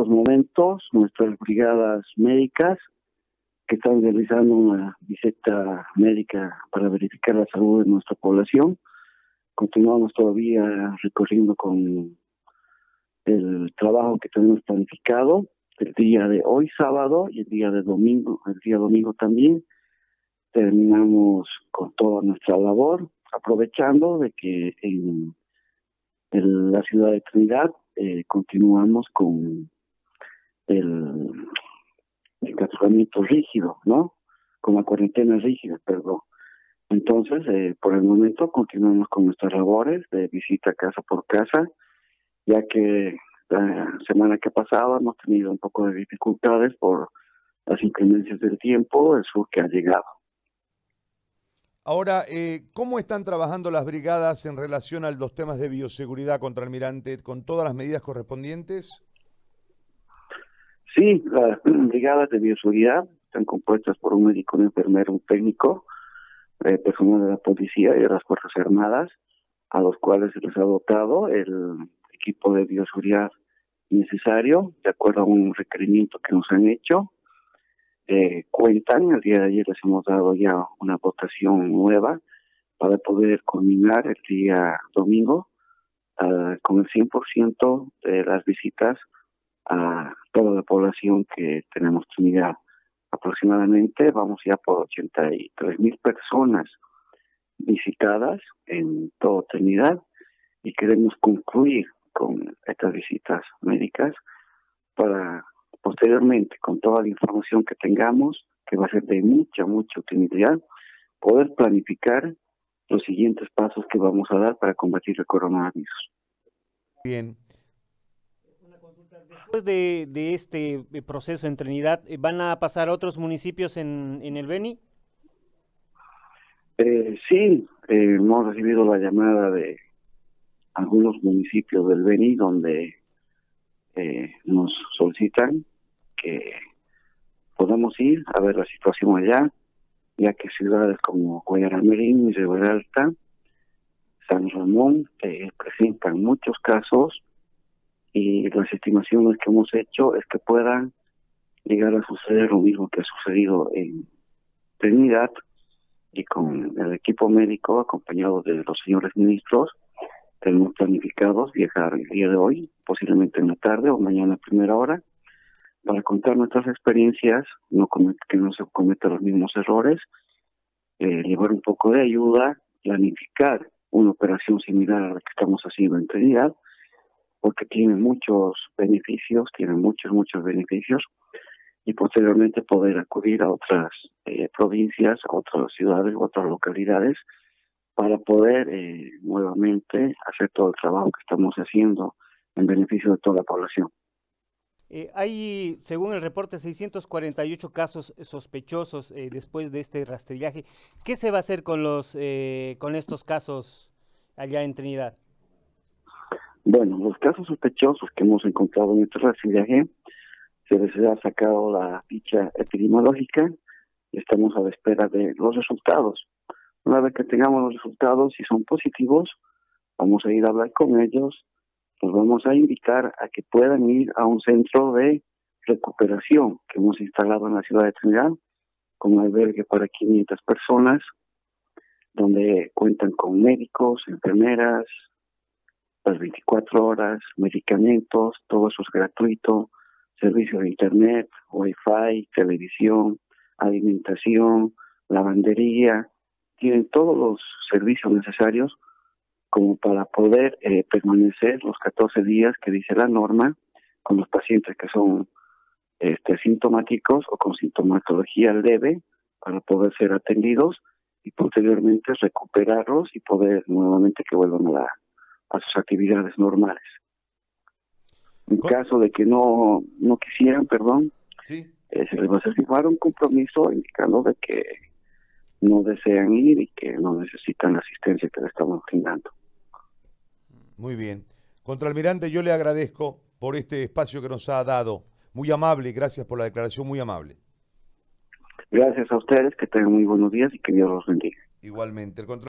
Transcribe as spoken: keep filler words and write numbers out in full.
momentos nuestras brigadas médicas que están realizando una visita médica para verificar la salud de nuestra población. Continuamos todavía recorriendo con el trabajo que tenemos planificado el día de hoy, sábado, y el día de domingo, el día domingo también. Terminamos con toda nuestra labor, aprovechando de que en, en la ciudad de Trinidad eh, continuamos con el encapsulamiento rígido, ¿no? Con la cuarentena rígida, perdón. Entonces, eh, por el momento continuamos con nuestras labores de visita casa por casa, ya que la semana que pasaba hemos tenido un poco de dificultades por las inclemencias del tiempo, el sur que ha llegado. Ahora, eh, ¿cómo están trabajando las brigadas en relación a los temas de bioseguridad, contraalmirante, con todas las medidas correspondientes? Sí, las brigadas de bioseguridad están compuestas por un médico, un enfermero, un técnico, eh, personal de la policía y de las Fuerzas Armadas, a los cuales se les ha dotado el equipo de bioseguridad necesario, de acuerdo a un requerimiento que nos han hecho. Eh, cuentan, el día de ayer les hemos dado ya una votación nueva para poder culminar el día domingo uh, con el cien por ciento de las visitas a toda la población que tenemos Trinidad. Aproximadamente vamos ya por ochenta y tres mil personas visitadas en toda Trinidad y queremos concluir con estas visitas médicas para posteriormente, con toda la información que tengamos, que va a ser de mucha, mucha utilidad, poder planificar los siguientes pasos que vamos a dar para combatir el coronavirus. Bien. Después de, de este proceso en Trinidad, ¿van a pasar a otros municipios en, en el Beni? Eh, sí, eh, hemos recibido la llamada de algunos municipios del Beni donde eh, nos solicitan que podamos ir a ver la situación allá, ya que ciudades como Guayaramerín y Riberalta, San Ramón eh, presentan muchos casos y las estimaciones que hemos hecho es que puedan llegar a suceder lo mismo que ha sucedido en Trinidad, y con el equipo médico acompañado de los señores ministros tenemos planificados viajar el día de hoy, posiblemente en la tarde o mañana a primera hora, para contar nuestras experiencias, no que no se cometan los mismos errores, eh, llevar un poco de ayuda, planificar una operación similar a la que estamos haciendo en Trinidad, porque tiene muchos beneficios, tiene muchos, muchos beneficios, y posteriormente poder acudir a otras eh, provincias, a otras ciudades, a otras localidades, para poder eh, nuevamente hacer todo el trabajo que estamos haciendo en beneficio de toda la población. Eh, hay, según el reporte, seiscientos cuarenta y ocho casos sospechosos eh, después de este rastrillaje. ¿Qué se va a hacer con los eh, con estos casos allá en Trinidad? Bueno, los casos sospechosos que hemos encontrado en este rastrillaje, se les ha sacado la ficha epidemiológica y estamos a la espera de los resultados. Una vez que tengamos los resultados, si son positivos, vamos a ir a hablar con ellos, los vamos a invitar a que puedan ir a un centro de recuperación que hemos instalado en la ciudad de Trinidad, con un albergue para quinientas personas, donde cuentan con médicos, enfermeras, las veinticuatro horas, medicamentos, todo eso es gratuito, servicios de internet, wifi, televisión, alimentación, lavandería, tienen todos los servicios necesarios como para poder eh, permanecer los catorce días que dice la norma con los pacientes que son este, sintomáticos o con sintomatología leve para poder ser atendidos y posteriormente recuperarlos y poder nuevamente que vuelvan a, la, a sus actividades normales. En caso de que no, no quisieran, perdón, ¿Sí? eh, se les va a hacer firmar un compromiso indicando de que no desean ir y que no necesitan la asistencia que le estamos brindando. Muy bien. Contraalmirante, yo le agradezco por este espacio que nos ha dado. Muy amable, gracias por la declaración, muy amable. Gracias a ustedes, que tengan muy buenos días y que Dios los bendiga. Igualmente. El control